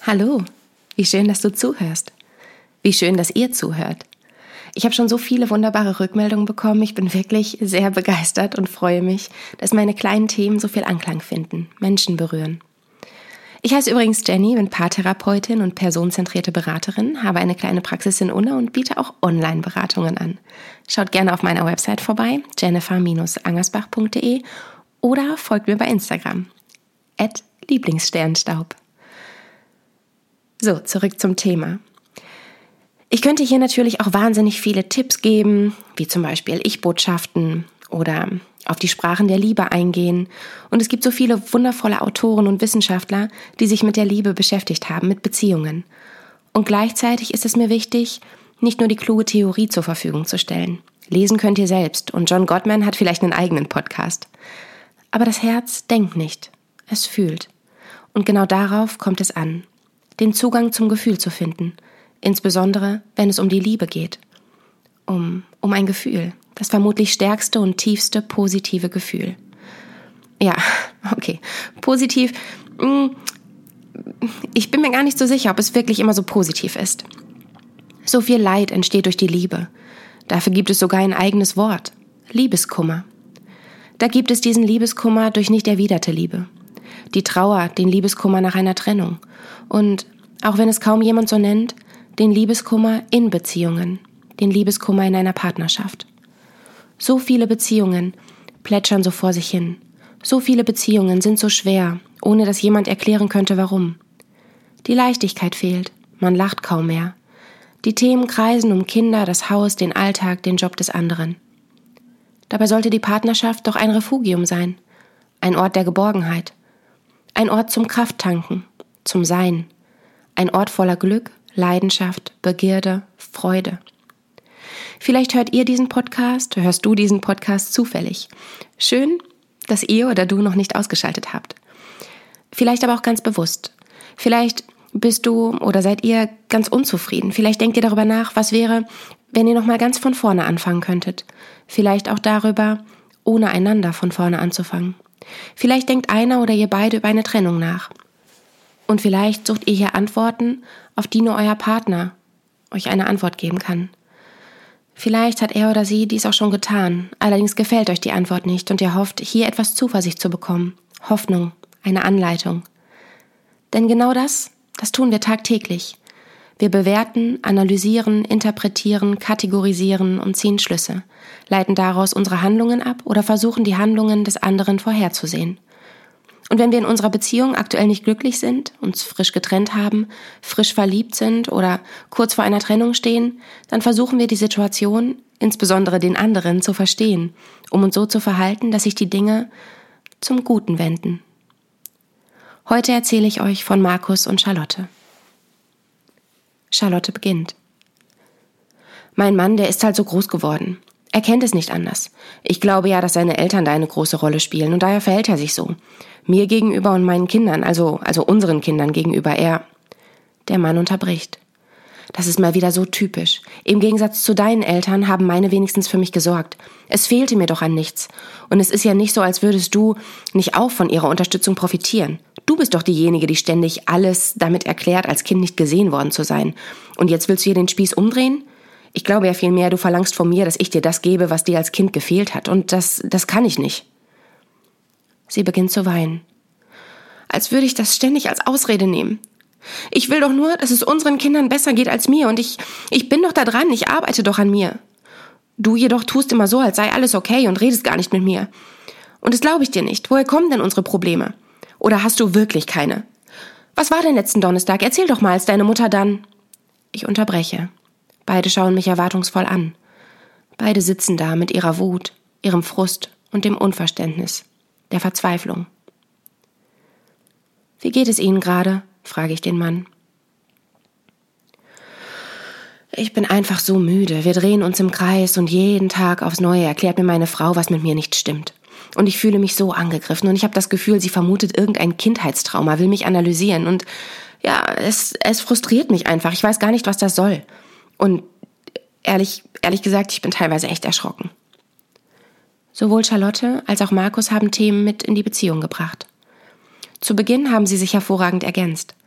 Hallo, wie schön, dass du zuhörst. Wie schön, dass ihr zuhört. Ich habe schon so viele wunderbare Rückmeldungen bekommen. Ich bin wirklich sehr begeistert und freue mich, dass meine kleinen Themen so viel Anklang finden, Menschen berühren. Ich heiße übrigens Jenny, bin Paartherapeutin und personenzentrierte Beraterin, habe eine kleine Praxis in Unna und biete auch Online-Beratungen an. Schaut gerne auf meiner Website vorbei, jennifer-angersbach.de, oder folgt mir bei Instagram, @Lieblingssternstaub. So, zurück zum Thema. Ich könnte hier natürlich auch wahnsinnig viele Tipps geben, wie zum Beispiel Ich-Botschaften oder auf die Sprachen der Liebe eingehen. Und es gibt so viele wundervolle Autoren und Wissenschaftler, die sich mit der Liebe beschäftigt haben, mit Beziehungen. Und gleichzeitig ist es mir wichtig, nicht nur die kluge Theorie zur Verfügung zu stellen. Lesen könnt ihr selbst und John Gottman hat vielleicht einen eigenen Podcast. Aber das Herz denkt nicht, es fühlt. Und genau darauf kommt es an, den Zugang zum Gefühl zu finden, insbesondere wenn es um die Liebe geht. Um ein Gefühl, das vermutlich stärkste und tiefste positive Gefühl. Ja, okay, positiv. Ich bin mir gar nicht so sicher, ob es wirklich immer so positiv ist. So viel Leid entsteht durch die Liebe. Dafür gibt es sogar ein eigenes Wort, Liebeskummer. Da gibt es diesen Liebeskummer durch nicht erwiderte Liebe. Die Trauer, den Liebeskummer nach einer Trennung. Und, auch wenn es kaum jemand so nennt, den Liebeskummer in Beziehungen, den Liebeskummer in einer Partnerschaft. So viele Beziehungen plätschern so vor sich hin. So viele Beziehungen sind so schwer, ohne dass jemand erklären könnte, warum. Die Leichtigkeit fehlt, man lacht kaum mehr. Die Themen kreisen um Kinder, das Haus, den Alltag, den Job des anderen. Dabei sollte die Partnerschaft doch ein Refugium sein, ein Ort der Geborgenheit, ein Ort zum Krafttanken, zum Sein, ein Ort voller Glück, Leidenschaft, Begierde, Freude. Vielleicht hörst du diesen Podcast zufällig. Schön, dass ihr oder du noch nicht ausgeschaltet habt. Vielleicht aber auch ganz bewusst. Vielleicht bist du oder seid ihr ganz unzufrieden. Vielleicht denkt ihr darüber nach, was wäre, wenn ihr nochmal ganz von vorne anfangen könntet. Vielleicht auch darüber, ohne einander von vorne anzufangen. Vielleicht denkt einer oder ihr beide über eine Trennung nach. Und vielleicht sucht ihr hier Antworten, auf die nur euer Partner euch eine Antwort geben kann. Vielleicht hat er oder sie dies auch schon getan, allerdings gefällt euch die Antwort nicht und ihr hofft, hier etwas Zuversicht zu bekommen, Hoffnung, eine Anleitung. Denn genau das tun wir tagtäglich. Wir bewerten, analysieren, interpretieren, kategorisieren und ziehen Schlüsse, leiten daraus unsere Handlungen ab oder versuchen die Handlungen des anderen vorherzusehen. Und wenn wir in unserer Beziehung aktuell nicht glücklich sind, uns frisch getrennt haben, frisch verliebt sind oder kurz vor einer Trennung stehen, dann versuchen wir die Situation, insbesondere den anderen, zu verstehen, um uns so zu verhalten, dass sich die Dinge zum Guten wenden. Heute erzähle ich euch von Markus und Charlotte. Charlotte beginnt. Mein Mann, der ist halt so groß geworden. Er kennt es nicht anders. Ich glaube ja, dass seine Eltern da eine große Rolle spielen und daher verhält er sich so. Mir gegenüber und meinen Kindern, also unseren Kindern gegenüber, Der Mann unterbricht. Das ist mal wieder so typisch. Im Gegensatz zu deinen Eltern haben meine wenigstens für mich gesorgt. Es fehlte mir doch an nichts. Und es ist ja nicht so, als würdest du nicht auch von ihrer Unterstützung profitieren. Du bist doch diejenige, die ständig alles damit erklärt, als Kind nicht gesehen worden zu sein. Und jetzt willst du hier den Spieß umdrehen? Ich glaube ja vielmehr, du verlangst von mir, dass ich dir das gebe, was dir als Kind gefehlt hat. Und das kann ich nicht. Sie beginnt zu weinen. Als würde ich das ständig als Ausrede nehmen. Ich will doch nur, dass es unseren Kindern besser geht als mir. Und ich bin doch da dran, ich arbeite doch an mir. Du jedoch tust immer so, als sei alles okay und redest gar nicht mit mir. Und das glaube ich dir nicht. Woher kommen denn unsere Probleme? Oder hast du wirklich keine? Was war denn letzten Donnerstag? Erzähl doch mal, als deine Mutter dann... Ich unterbreche. Beide schauen mich erwartungsvoll an. Beide sitzen da mit ihrer Wut, ihrem Frust und dem Unverständnis, der Verzweiflung. Wie geht es Ihnen gerade? Frage ich den Mann. Ich bin einfach so müde. Wir drehen uns im Kreis und jeden Tag aufs Neue erklärt mir meine Frau, was mit mir nicht stimmt. Und ich fühle mich so angegriffen und ich habe das Gefühl, sie vermutet irgendein Kindheitstrauma, will mich analysieren und ja, es frustriert mich einfach. Ich weiß gar nicht, was das soll. Und ehrlich gesagt, ich bin teilweise echt erschrocken. Sowohl Charlotte als auch Markus haben Themen mit in die Beziehung gebracht. Zu Beginn haben sie sich hervorragend ergänzt.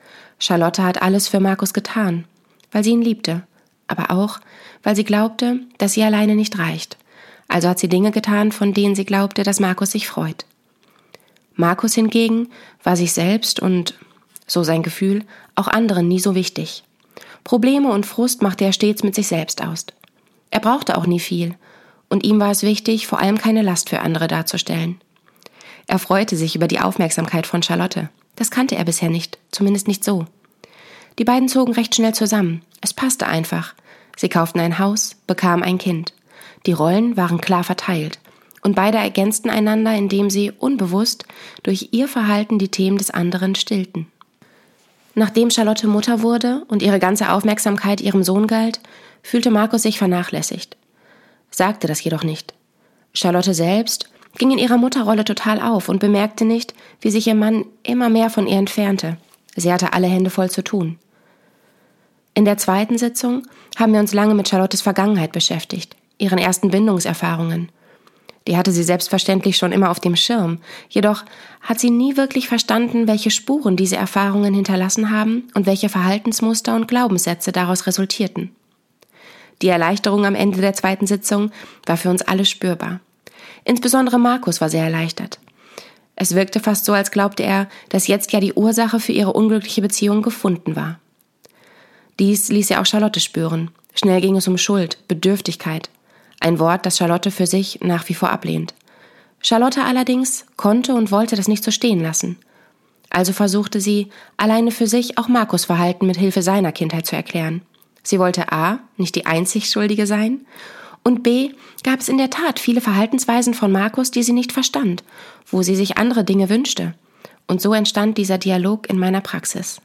Charlotte hat alles für Markus getan, weil sie ihn liebte, aber auch, weil sie glaubte, dass sie alleine nicht reicht. Also hat sie Dinge getan, von denen sie glaubte, dass Markus sich freut. Markus hingegen war sich selbst und, so sein Gefühl, auch anderen nie so wichtig. Probleme und Frust machte er stets mit sich selbst aus. Er brauchte auch nie viel, und ihm war es wichtig, vor allem keine Last für andere darzustellen. Er freute sich über die Aufmerksamkeit von Charlotte. Das kannte er bisher nicht, zumindest nicht so. Die beiden zogen recht schnell zusammen. Es passte einfach. Sie kauften ein Haus, bekamen ein Kind. Die Rollen waren klar verteilt. Und beide ergänzten einander, indem sie unbewusst durch ihr Verhalten die Themen des anderen stillten. Nachdem Charlotte Mutter wurde und ihre ganze Aufmerksamkeit ihrem Sohn galt, fühlte Markus sich vernachlässigt. Sagte das jedoch nicht. Charlotte selbst ging in ihrer Mutterrolle total auf und bemerkte nicht, wie sich ihr Mann immer mehr von ihr entfernte. Sie hatte alle Hände voll zu tun. In der zweiten Sitzung haben wir uns lange mit Charlottes Vergangenheit beschäftigt, ihren ersten Bindungserfahrungen. Die hatte sie selbstverständlich schon immer auf dem Schirm, jedoch hat sie nie wirklich verstanden, welche Spuren diese Erfahrungen hinterlassen haben und welche Verhaltensmuster und Glaubenssätze daraus resultierten. Die Erleichterung am Ende der zweiten Sitzung war für uns alle spürbar. Insbesondere Markus war sehr erleichtert. Es wirkte fast so, als glaubte er, dass jetzt ja die Ursache für ihre unglückliche Beziehung gefunden war. Dies ließ er auch Charlotte spüren. Schnell ging es um Schuld, Bedürftigkeit. Ein Wort, das Charlotte für sich nach wie vor ablehnt. Charlotte allerdings konnte und wollte das nicht so stehen lassen. Also versuchte sie, alleine für sich auch Markus' Verhalten mit Hilfe seiner Kindheit zu erklären. Sie wollte a. nicht die einzig Schuldige sein und b. gab es in der Tat viele Verhaltensweisen von Markus, die sie nicht verstand, wo sie sich andere Dinge wünschte. Und so entstand dieser Dialog in meiner Praxis.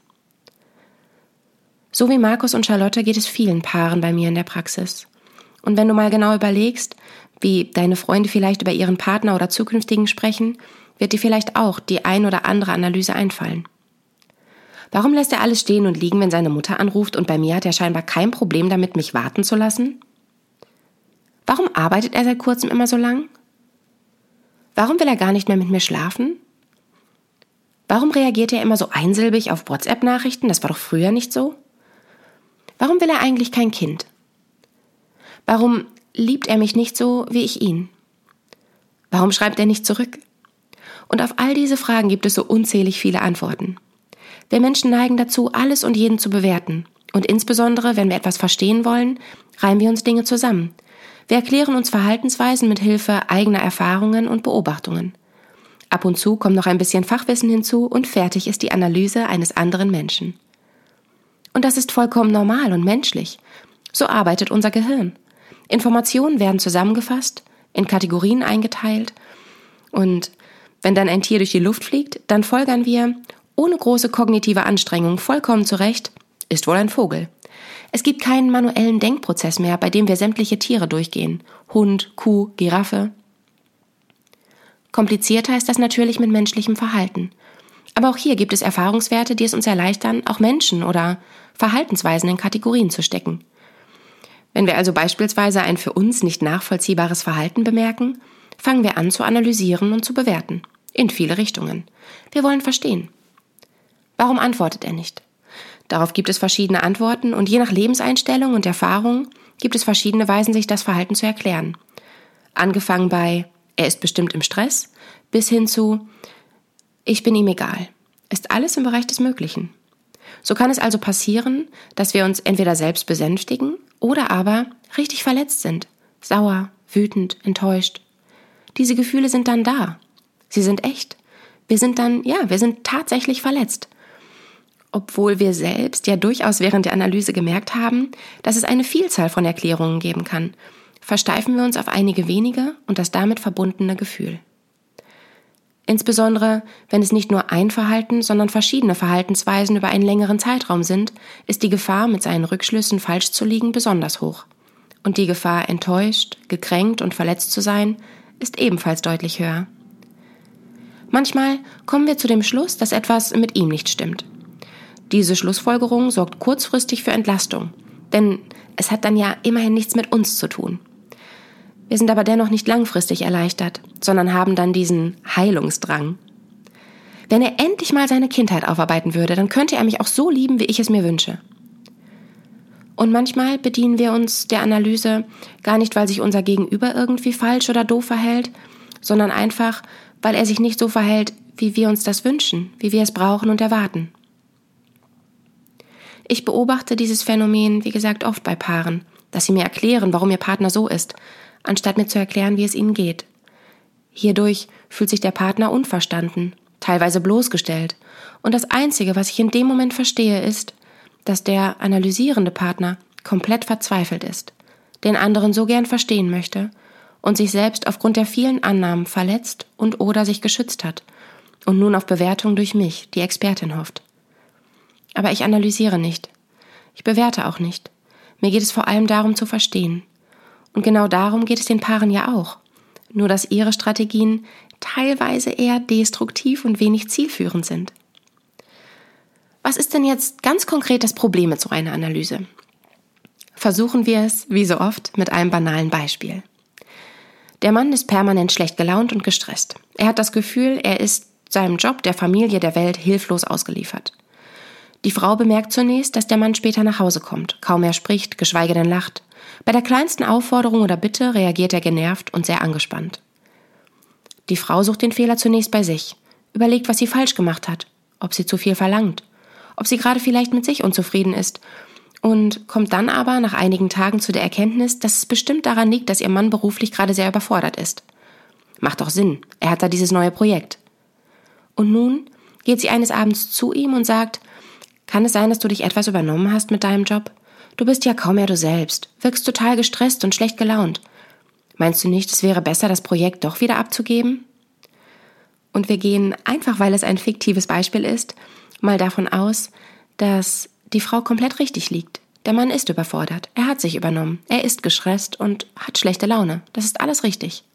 So wie Markus und Charlotte geht es vielen Paaren bei mir in der Praxis. Und wenn du mal genau überlegst, wie deine Freunde vielleicht über ihren Partner oder Zukünftigen sprechen, wird dir vielleicht auch die ein oder andere Analyse einfallen. Warum lässt er alles stehen und liegen, wenn seine Mutter anruft, und bei mir hat er scheinbar kein Problem damit, mich warten zu lassen? Warum arbeitet er seit kurzem immer so lang? Warum will er gar nicht mehr mit mir schlafen? Warum reagiert er immer so einsilbig auf WhatsApp-Nachrichten? Das war doch früher nicht so. Warum will er eigentlich kein Kind? Warum liebt er mich nicht so, wie ich ihn? Warum schreibt er nicht zurück? Und auf all diese Fragen gibt es so unzählig viele Antworten. Wir Menschen neigen dazu, alles und jeden zu bewerten. Und insbesondere, wenn wir etwas verstehen wollen, reimen wir uns Dinge zusammen. Wir erklären uns Verhaltensweisen mit Hilfe eigener Erfahrungen und Beobachtungen. Ab und zu kommt noch ein bisschen Fachwissen hinzu und fertig ist die Analyse eines anderen Menschen. Und das ist vollkommen normal und menschlich. So arbeitet unser Gehirn. Informationen werden zusammengefasst, in Kategorien eingeteilt und wenn dann ein Tier durch die Luft fliegt, dann folgern wir, ohne große kognitive Anstrengung, vollkommen zurecht, ist wohl ein Vogel. Es gibt keinen manuellen Denkprozess mehr, bei dem wir sämtliche Tiere durchgehen. Hund, Kuh, Giraffe. Komplizierter ist das natürlich mit menschlichem Verhalten. Aber auch hier gibt es Erfahrungswerte, die es uns erleichtern, auch Menschen oder Verhaltensweisen in Kategorien zu stecken. Wenn wir also beispielsweise ein für uns nicht nachvollziehbares Verhalten bemerken, fangen wir an zu analysieren und zu bewerten. In viele Richtungen. Wir wollen verstehen. Warum antwortet er nicht? Darauf gibt es verschiedene Antworten und je nach Lebenseinstellung und Erfahrung gibt es verschiedene Weisen, sich das Verhalten zu erklären. Angefangen bei, er ist bestimmt im Stress, bis hin zu, ich bin ihm egal. Ist alles im Bereich des Möglichen. So kann es also passieren, dass wir uns entweder selbst besänftigen oder aber richtig verletzt sind. Sauer, wütend, enttäuscht. Diese Gefühle sind dann da. Sie sind echt. Wir sind tatsächlich verletzt. Obwohl wir selbst ja durchaus während der Analyse gemerkt haben, dass es eine Vielzahl von Erklärungen geben kann, versteifen wir uns auf einige wenige und das damit verbundene Gefühl. Insbesondere, wenn es nicht nur ein Verhalten, sondern verschiedene Verhaltensweisen über einen längeren Zeitraum sind, ist die Gefahr, mit seinen Rückschlüssen falsch zu liegen, besonders hoch. Und die Gefahr, enttäuscht, gekränkt und verletzt zu sein, ist ebenfalls deutlich höher. Manchmal kommen wir zu dem Schluss, dass etwas mit ihm nicht stimmt. Diese Schlussfolgerung sorgt kurzfristig für Entlastung, denn es hat dann ja immerhin nichts mit uns zu tun. Wir sind aber dennoch nicht langfristig erleichtert, sondern haben dann diesen Heilungsdrang. Wenn er endlich mal seine Kindheit aufarbeiten würde, dann könnte er mich auch so lieben, wie ich es mir wünsche. Und manchmal bedienen wir uns der Analyse gar nicht, weil sich unser Gegenüber irgendwie falsch oder doof verhält, sondern einfach, weil er sich nicht so verhält, wie wir uns das wünschen, wie wir es brauchen und erwarten. Ich beobachte dieses Phänomen, wie gesagt, oft bei Paaren, dass sie mir erklären, warum ihr Partner so ist, anstatt mir zu erklären, wie es ihnen geht. Hierdurch fühlt sich der Partner unverstanden, teilweise bloßgestellt. Und das Einzige, was ich in dem Moment verstehe, ist, dass der analysierende Partner komplett verzweifelt ist, den anderen so gern verstehen möchte und sich selbst aufgrund der vielen Annahmen verletzt und oder sich geschützt hat und nun auf Bewertung durch mich, die Expertin, hofft. Aber ich analysiere nicht. Ich bewerte auch nicht. Mir geht es vor allem darum zu verstehen. Und genau darum geht es den Paaren ja auch. Nur dass ihre Strategien teilweise eher destruktiv und wenig zielführend sind. Was ist denn jetzt ganz konkret das Problem mit so einer Analyse? Versuchen wir es, wie so oft, mit einem banalen Beispiel. Der Mann ist permanent schlecht gelaunt und gestresst. Er hat das Gefühl, er ist seinem Job, der Familie, der Welt hilflos ausgeliefert. Die Frau bemerkt zunächst, dass der Mann später nach Hause kommt, kaum mehr spricht, geschweige denn lacht. Bei der kleinsten Aufforderung oder Bitte reagiert er genervt und sehr angespannt. Die Frau sucht den Fehler zunächst bei sich, überlegt, was sie falsch gemacht hat, ob sie zu viel verlangt, ob sie gerade vielleicht mit sich unzufrieden ist und kommt dann aber nach einigen Tagen zu der Erkenntnis, dass es bestimmt daran liegt, dass ihr Mann beruflich gerade sehr überfordert ist. Macht doch Sinn, er hat da dieses neue Projekt. Und nun geht sie eines Abends zu ihm und sagt, kann es sein, dass du dich etwas übernommen hast mit deinem Job? Du bist ja kaum mehr du selbst, wirkst total gestresst und schlecht gelaunt. Meinst du nicht, es wäre besser, das Projekt doch wieder abzugeben? Und wir gehen, einfach weil es ein fiktives Beispiel ist, mal davon aus, dass die Frau komplett richtig liegt. Der Mann ist überfordert, er hat sich übernommen, er ist gestresst und hat schlechte Laune. Das ist alles richtig.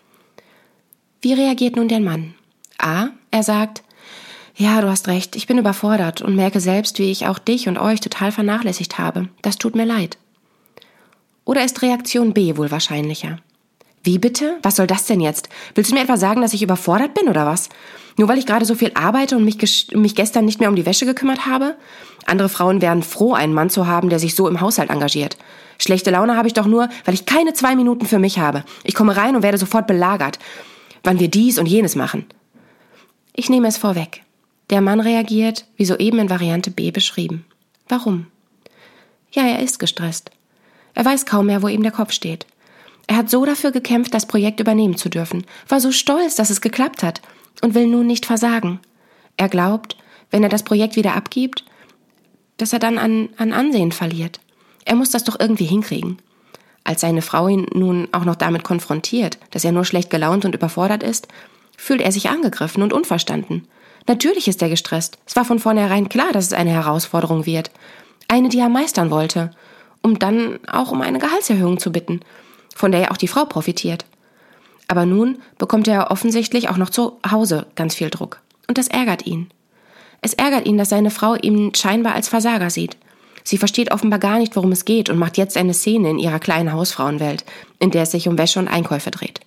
Wie reagiert nun der Mann? A. Er sagt, ja, du hast recht, ich bin überfordert und merke selbst, wie ich auch dich und euch total vernachlässigt habe. Das tut mir leid. Oder ist Reaktion B wohl wahrscheinlicher? Wie bitte? Was soll das denn jetzt? Willst du mir etwa sagen, dass ich überfordert bin oder was? Nur weil ich gerade so viel arbeite und mich gestern nicht mehr um die Wäsche gekümmert habe? Andere Frauen wären froh, einen Mann zu haben, der sich so im Haushalt engagiert. Schlechte Laune habe ich doch nur, weil ich keine 2 Minuten für mich habe. Ich komme rein und werde sofort belagert, wann wir dies und jenes machen. Ich nehme es vorweg. Der Mann reagiert, wie soeben in Variante B beschrieben. Warum? Ja, er ist gestresst. Er weiß kaum mehr, wo ihm der Kopf steht. Er hat so dafür gekämpft, das Projekt übernehmen zu dürfen, war so stolz, dass es geklappt hat und will nun nicht versagen. Er glaubt, wenn er das Projekt wieder abgibt, dass er dann an Ansehen verliert. Er muss das doch irgendwie hinkriegen. Als seine Frau ihn nun auch noch damit konfrontiert, dass er nur schlecht gelaunt und überfordert ist, fühlt er sich angegriffen und unverstanden. Natürlich ist er gestresst. Es war von vornherein klar, dass es eine Herausforderung wird. Eine, die er meistern wollte, um dann auch um eine Gehaltserhöhung zu bitten, von der ja auch die Frau profitiert. Aber nun bekommt er offensichtlich auch noch zu Hause ganz viel Druck. Und das ärgert ihn. Es ärgert ihn, dass seine Frau ihn scheinbar als Versager sieht. Sie versteht offenbar gar nicht, worum es geht und macht jetzt eine Szene in ihrer kleinen Hausfrauenwelt, in der es sich um Wäsche und Einkäufe dreht.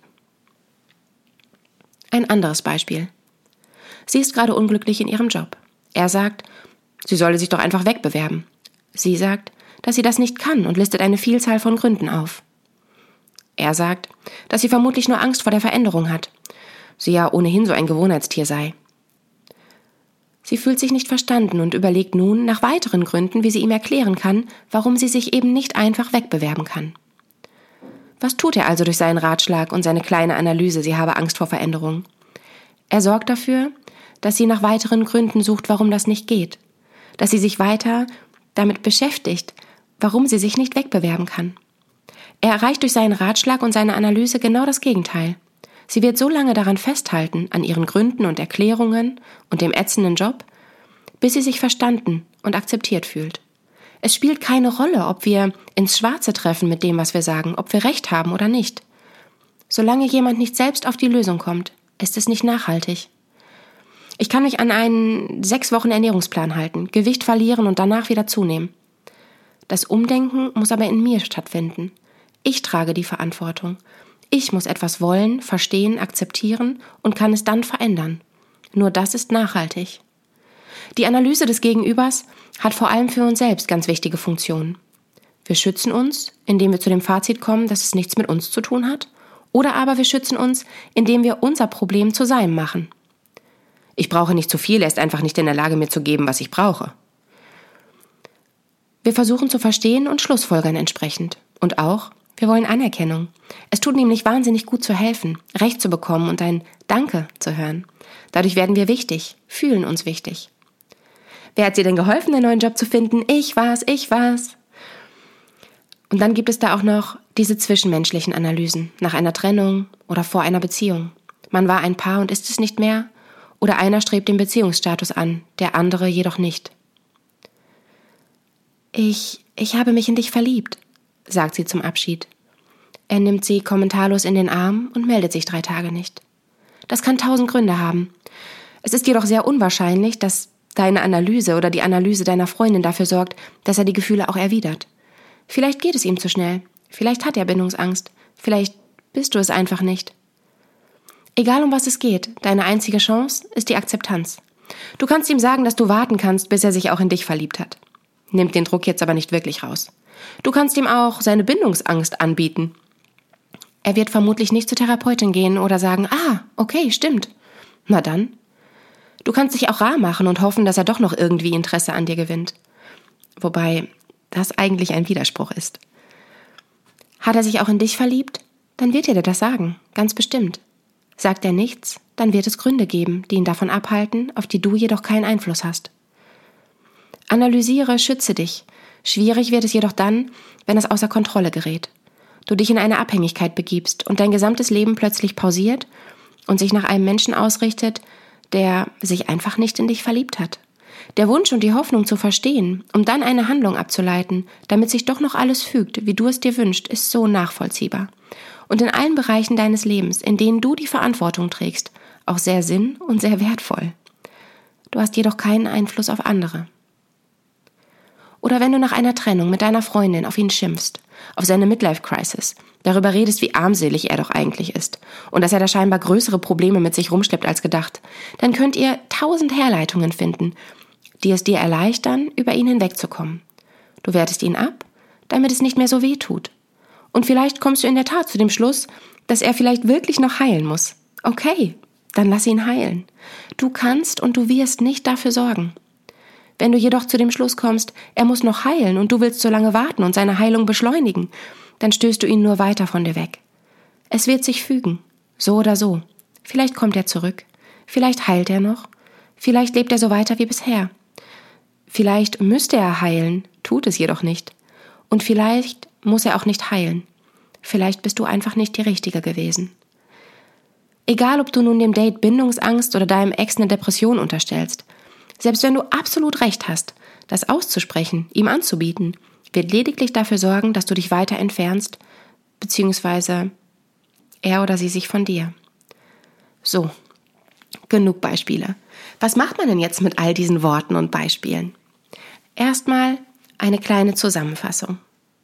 Ein anderes Beispiel. Sie ist gerade unglücklich in ihrem Job. Er sagt, sie solle sich doch einfach wegbewerben. Sie sagt, dass sie das nicht kann und listet eine Vielzahl von Gründen auf. Er sagt, dass sie vermutlich nur Angst vor der Veränderung hat. Sie ja ohnehin so ein Gewohnheitstier sei. Sie fühlt sich nicht verstanden und überlegt nun nach weiteren Gründen, wie sie ihm erklären kann, warum sie sich eben nicht einfach wegbewerben kann. Was tut er also durch seinen Ratschlag und seine kleine Analyse, sie habe Angst vor Veränderung? Er sorgt dafür, dass sie nach weiteren Gründen sucht, warum das nicht geht. Dass sie sich weiter damit beschäftigt, warum sie sich nicht wegbewerben kann. Er erreicht durch seinen Ratschlag und seine Analyse genau das Gegenteil. Sie wird so lange daran festhalten, an ihren Gründen und Erklärungen und dem ätzenden Job, bis sie sich verstanden und akzeptiert fühlt. Es spielt keine Rolle, ob wir ins Schwarze treffen mit dem, was wir sagen, ob wir recht haben oder nicht. Solange jemand nicht selbst auf die Lösung kommt, ist es nicht nachhaltig. Ich kann mich an einen 6 Wochen Ernährungsplan halten, Gewicht verlieren und danach wieder zunehmen. Das Umdenken muss aber in mir stattfinden. Ich trage die Verantwortung. Ich muss etwas wollen, verstehen, akzeptieren und kann es dann verändern. Nur das ist nachhaltig. Die Analyse des Gegenübers hat vor allem für uns selbst ganz wichtige Funktionen. Wir schützen uns, indem wir zu dem Fazit kommen, dass es nichts mit uns zu tun hat, oder aber wir schützen uns, indem wir unser Problem zu seinem machen. Ich brauche nicht zu viel, er ist einfach nicht in der Lage, mir zu geben, was ich brauche. Wir versuchen zu verstehen und schlussfolgern entsprechend. Und auch, wir wollen Anerkennung. Es tut nämlich wahnsinnig gut zu helfen, Recht zu bekommen und ein Danke zu hören. Dadurch werden wir wichtig, fühlen uns wichtig. Wer hat dir denn geholfen, einen neuen Job zu finden? Ich war's. Und dann gibt es da auch noch diese zwischenmenschlichen Analysen, nach einer Trennung oder vor einer Beziehung. Man war ein Paar und ist es nicht mehr, oder einer strebt den Beziehungsstatus an, der andere jedoch nicht. Ich habe mich in dich verliebt, sagt sie zum Abschied. Er nimmt sie kommentarlos in den Arm und meldet sich 3 Tage nicht. Das kann 1000 Gründe haben. Es ist jedoch sehr unwahrscheinlich, dass deine Analyse oder die Analyse deiner Freundin dafür sorgt, dass er die Gefühle auch erwidert. Vielleicht geht es ihm zu schnell. Vielleicht hat er Bindungsangst. Vielleicht bist du es einfach nicht. Egal um was es geht, deine einzige Chance ist die Akzeptanz. Du kannst ihm sagen, dass du warten kannst, bis er sich auch in dich verliebt hat. Nimmt den Druck jetzt aber nicht wirklich raus. Du kannst ihm auch seine Bindungsangst anbieten. Er wird vermutlich nicht zur Therapeutin gehen oder sagen, okay, stimmt. Na dann. Du kannst dich auch rar machen und hoffen, dass er doch noch irgendwie Interesse an dir gewinnt. Wobei das eigentlich ein Widerspruch ist. Hat er sich auch in dich verliebt? Dann wird er dir das sagen, ganz bestimmt. Sagt er nichts, dann wird es Gründe geben, die ihn davon abhalten, auf die du jedoch keinen Einfluss hast. Analysiere, schütze dich. Schwierig wird es jedoch dann, wenn es außer Kontrolle gerät. Du dich in eine Abhängigkeit begibst und dein gesamtes Leben plötzlich pausiert und sich nach einem Menschen ausrichtet, der sich einfach nicht in dich verliebt hat. Der Wunsch und die Hoffnung zu verstehen, um dann eine Handlung abzuleiten, damit sich doch noch alles fügt, wie du es dir wünschst, ist so nachvollziehbar. Und in allen Bereichen deines Lebens, in denen du die Verantwortung trägst, auch sehr sinn- und sehr wertvoll. Du hast jedoch keinen Einfluss auf andere. Oder wenn du nach einer Trennung mit deiner Freundin auf ihn schimpfst, auf seine Midlife-Crisis, darüber redest, wie armselig er doch eigentlich ist und dass er da scheinbar größere Probleme mit sich rumschleppt als gedacht, dann könnt ihr 1000 Herleitungen finden, die es dir erleichtern, über ihn hinwegzukommen. Du wertest ihn ab, damit es nicht mehr so weh tut. Und vielleicht kommst du in der Tat zu dem Schluss, dass er vielleicht wirklich noch heilen muss. Okay, dann lass ihn heilen. Du kannst und du wirst nicht dafür sorgen. Wenn du jedoch zu dem Schluss kommst, er muss noch heilen und du willst so lange warten und seine Heilung beschleunigen, dann stößt du ihn nur weiter von dir weg. Es wird sich fügen, so oder so. Vielleicht kommt er zurück, vielleicht heilt er noch, vielleicht lebt er so weiter wie bisher. Vielleicht müsste er heilen, tut es jedoch nicht. Und vielleicht muss er auch nicht heilen. Vielleicht bist du einfach nicht die Richtige gewesen. Egal, ob du nun dem Date Bindungsangst oder deinem Ex eine Depression unterstellst, selbst wenn du absolut recht hast, das auszusprechen, ihm anzubieten, wird lediglich dafür sorgen, dass du dich weiter entfernst, beziehungsweise er oder sie sich von dir. So, genug Beispiele. Was macht man denn jetzt mit all diesen Worten und Beispielen? Erstmal eine kleine Zusammenfassung.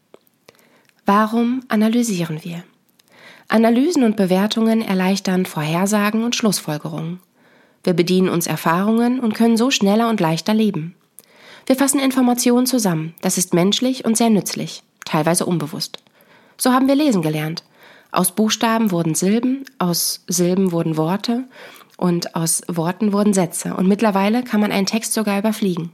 Warum analysieren wir? Analysen und Bewertungen erleichtern Vorhersagen und Schlussfolgerungen. Wir bedienen uns Erfahrungen und können so schneller und leichter leben. Wir fassen Informationen zusammen. Das ist menschlich und sehr nützlich, teilweise unbewusst. So haben wir lesen gelernt. Aus Buchstaben wurden Silben, aus Silben wurden Worte und aus Worten wurden Sätze. Und mittlerweile kann man einen Text sogar überfliegen.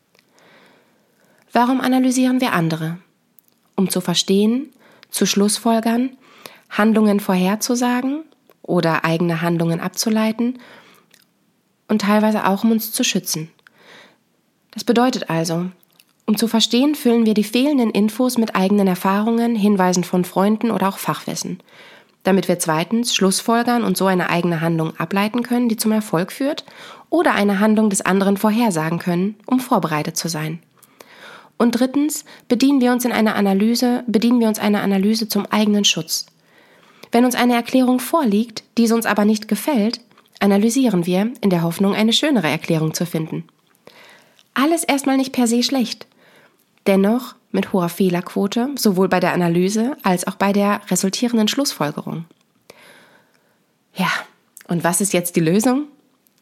Warum analysieren wir andere? Um zu verstehen, zu schlussfolgern, Handlungen vorherzusagen oder eigene Handlungen abzuleiten und teilweise auch, um uns zu schützen. Das bedeutet also, um zu verstehen, füllen wir die fehlenden Infos mit eigenen Erfahrungen, Hinweisen von Freunden oder auch Fachwissen, damit wir zweitens schlussfolgern und so eine eigene Handlung ableiten können, die zum Erfolg führt, oder eine Handlung des anderen vorhersagen können, um vorbereitet zu sein. Und drittens bedienen wir uns einer Analyse zum eigenen Schutz. Wenn uns eine Erklärung vorliegt, diese uns aber nicht gefällt, analysieren wir in der Hoffnung, eine schönere Erklärung zu finden. Alles erstmal nicht per se schlecht. Dennoch mit hoher Fehlerquote, sowohl bei der Analyse als auch bei der resultierenden Schlussfolgerung. Ja, und was ist jetzt die Lösung?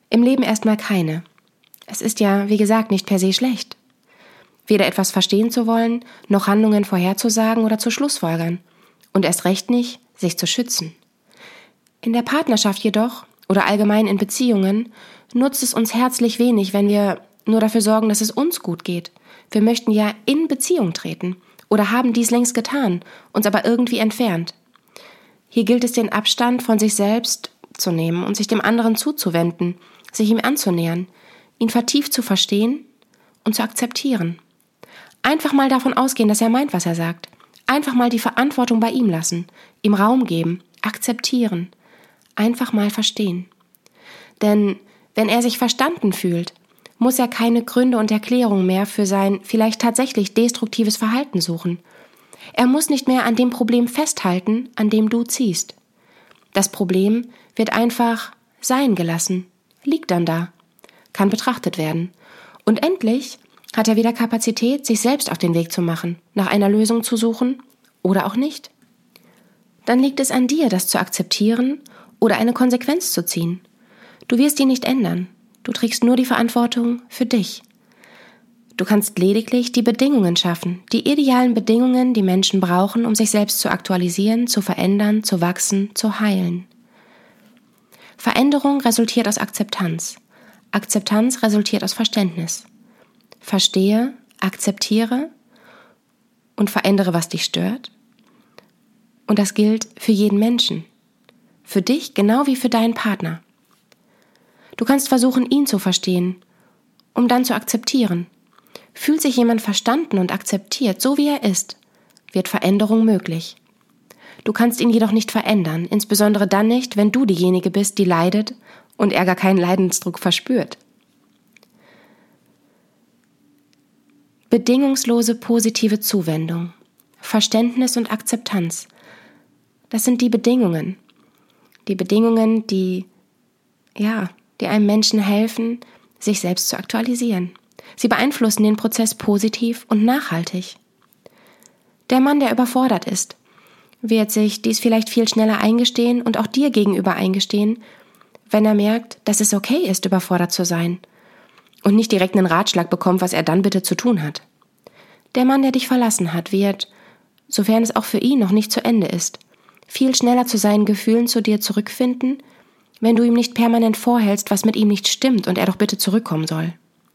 Im Leben erstmal keine. Es ist ja, wie gesagt, nicht per se schlecht. Weder etwas verstehen zu wollen, noch Handlungen vorherzusagen oder zu schlussfolgern. Und erst recht nicht, sich zu schützen. In der Partnerschaft jedoch, oder allgemein in Beziehungen, nutzt es uns herzlich wenig, wenn wir nur dafür sorgen, dass es uns gut geht. Wir möchten ja in Beziehung treten oder haben dies längst getan, uns aber irgendwie entfernt. Hier gilt es, den Abstand von sich selbst zu nehmen und sich dem anderen zuzuwenden, sich ihm anzunähern, ihn vertieft zu verstehen und zu akzeptieren. Einfach mal davon ausgehen, dass er meint, was er sagt. Einfach mal die Verantwortung bei ihm lassen, ihm Raum geben, akzeptieren. Einfach mal verstehen. Denn wenn er sich verstanden fühlt, muss er keine Gründe und Erklärungen mehr für sein vielleicht tatsächlich destruktives Verhalten suchen. Er muss nicht mehr an dem Problem festhalten, an dem du ziehst. Das Problem wird einfach sein gelassen, liegt dann da, kann betrachtet werden. Und endlich hat er wieder Kapazität, sich selbst auf den Weg zu machen, nach einer Lösung zu suchen oder auch nicht. Dann liegt es an dir, das zu akzeptieren oder eine Konsequenz zu ziehen. Du wirst ihn nicht ändern. Du trägst nur die Verantwortung für dich. Du kannst lediglich die Bedingungen schaffen, die idealen Bedingungen, die Menschen brauchen, um sich selbst zu aktualisieren, zu verändern, zu wachsen, zu heilen. Veränderung resultiert aus Akzeptanz. Akzeptanz resultiert aus Verständnis. Verstehe, akzeptiere und verändere, was dich stört. Und das gilt für jeden Menschen. Für dich genau wie für deinen Partner. Du kannst versuchen, ihn zu verstehen, um dann zu akzeptieren. Fühlt sich jemand verstanden und akzeptiert, so wie er ist, wird Veränderung möglich. Du kannst ihn jedoch nicht verändern, insbesondere dann nicht, wenn du diejenige bist, die leidet und er gar keinen Leidensdruck verspürt. Bedingungslose positive Zuwendung, Verständnis und Akzeptanz, das sind die Bedingungen, die einem Menschen helfen, sich selbst zu aktualisieren. Sie beeinflussen den Prozess positiv und nachhaltig. Der Mann, der überfordert ist, wird sich dies vielleicht viel schneller eingestehen und auch dir gegenüber eingestehen, wenn er merkt, dass es okay ist, überfordert zu sein und nicht direkt einen Ratschlag bekommt, was er dann bitte zu tun hat. Der Mann, der dich verlassen hat, wird, sofern es auch für ihn noch nicht zu Ende ist, viel schneller zu seinen Gefühlen zu dir zurückfinden, wenn du ihm nicht permanent vorhältst, was mit ihm nicht stimmt und er doch bitte zurückkommen soll.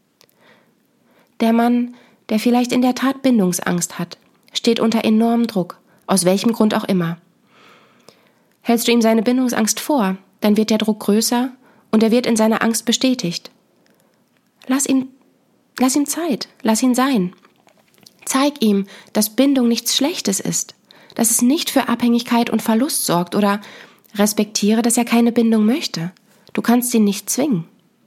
Der Mann, der vielleicht in der Tat Bindungsangst hat, steht unter enormem Druck, aus welchem Grund auch immer. Hältst du ihm seine Bindungsangst vor, dann wird der Druck größer und er wird in seiner Angst bestätigt. Lass ihm Zeit, lass ihn sein. Zeig ihm, dass Bindung nichts Schlechtes ist, dass es nicht für Abhängigkeit und Verlust sorgt oder respektiere, dass er keine Bindung möchte. Du kannst ihn nicht zwingen.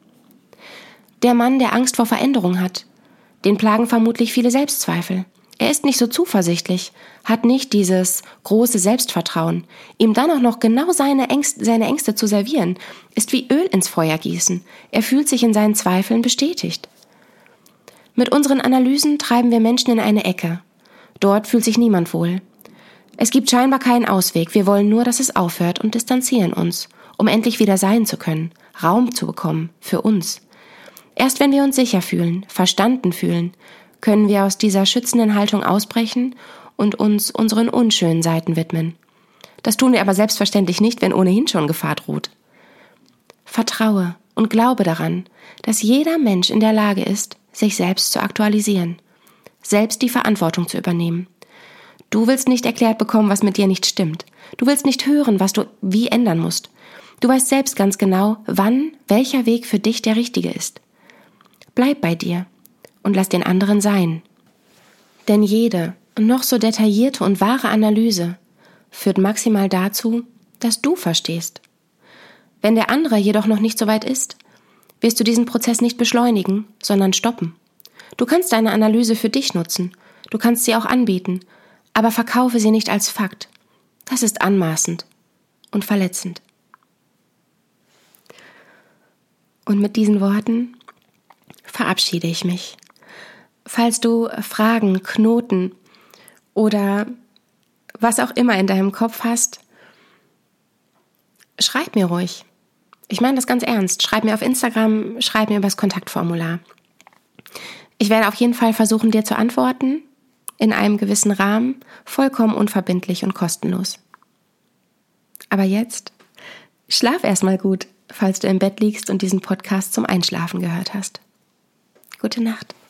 Der Mann, der Angst vor Veränderung hat, den plagen vermutlich viele Selbstzweifel. Er ist nicht so zuversichtlich, hat nicht dieses große Selbstvertrauen. Ihm dann auch noch genau seine Ängste zu servieren, ist wie Öl ins Feuer gießen. Er fühlt sich in seinen Zweifeln bestätigt. Mit unseren Analysen treiben wir Menschen in eine Ecke. Dort fühlt sich niemand wohl. Es gibt scheinbar keinen Ausweg. Wir wollen nur, dass es aufhört und distanzieren uns, um endlich wieder sein zu können, Raum zu bekommen für uns. Erst wenn wir uns sicher fühlen, verstanden fühlen, können wir aus dieser schützenden Haltung ausbrechen und uns unseren unschönen Seiten widmen. Das tun wir aber selbstverständlich nicht, wenn ohnehin schon Gefahr droht. Vertraue und glaube daran, dass jeder Mensch in der Lage ist, sich selbst zu aktualisieren, selbst die Verantwortung zu übernehmen. Du willst nicht erklärt bekommen, was mit dir nicht stimmt. Du willst nicht hören, was du wie ändern musst. Du weißt selbst ganz genau, wann welcher Weg für dich der richtige ist. Bleib bei dir und lass den anderen sein. Denn jede noch so detaillierte und wahre Analyse führt maximal dazu, dass du verstehst. Wenn der andere jedoch noch nicht so weit ist, wirst du diesen Prozess nicht beschleunigen, sondern stoppen. Du kannst deine Analyse für dich nutzen, du kannst sie auch anbieten, aber verkaufe sie nicht als Fakt. Das ist anmaßend und verletzend. Und mit diesen Worten verabschiede ich mich. Falls du Fragen, Knoten oder was auch immer in deinem Kopf hast, schreib mir ruhig. Ich meine das ganz ernst. Schreib mir auf Instagram, schreib mir übers Kontaktformular. Ich werde auf jeden Fall versuchen, dir zu antworten, in einem gewissen Rahmen, vollkommen unverbindlich und kostenlos. Aber jetzt, schlaf erstmal gut, falls du im Bett liegst und diesen Podcast zum Einschlafen gehört hast. Gute Nacht.